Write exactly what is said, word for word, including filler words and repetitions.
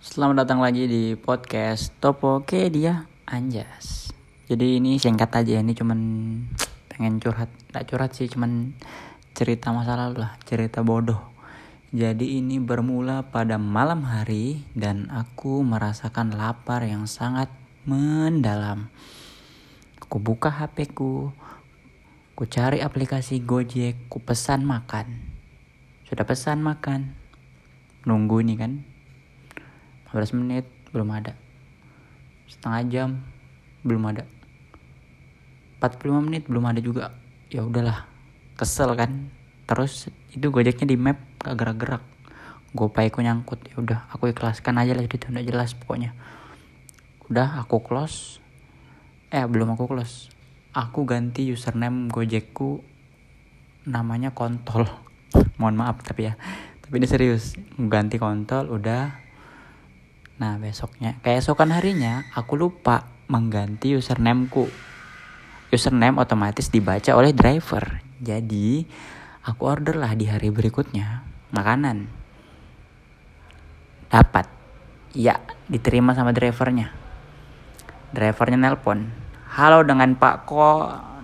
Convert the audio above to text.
Selamat datang lagi di podcast Topopedia Anjas. Jadi ini singkat aja, ini cuman pengen curhat, nggak curhat sih, cuman cerita masa lalu lah, cerita bodoh. Jadi ini bermula pada malam hari dan aku merasakan lapar yang sangat mendalam. Aku buka H P ku, ku cari aplikasi Gojek, ku pesan makan. Sudah pesan makan, nunggu ini kan. lima belas menit belum ada, setengah jam belum ada, empat puluh lima menit belum ada juga. Ya udahlah, kesel kan. Terus itu Gojeknya di map gak gerak-gerak, GoPayku nyangkut. Ya udah, aku ikhlaskan aja lah, itu udah jelas pokoknya. Udah aku close, eh belum aku close, aku ganti username Gojekku, namanya kontol. Mohon maaf tapi ya, tapi ini serius, ganti kontol udah. Nah besoknya, keesokan harinya aku lupa mengganti usernameku. Username otomatis dibaca oleh driver. Jadi aku order lah di hari berikutnya makanan. Dapat, ya diterima sama drivernya. Drivernya nelpon, halo dengan Pak Ko,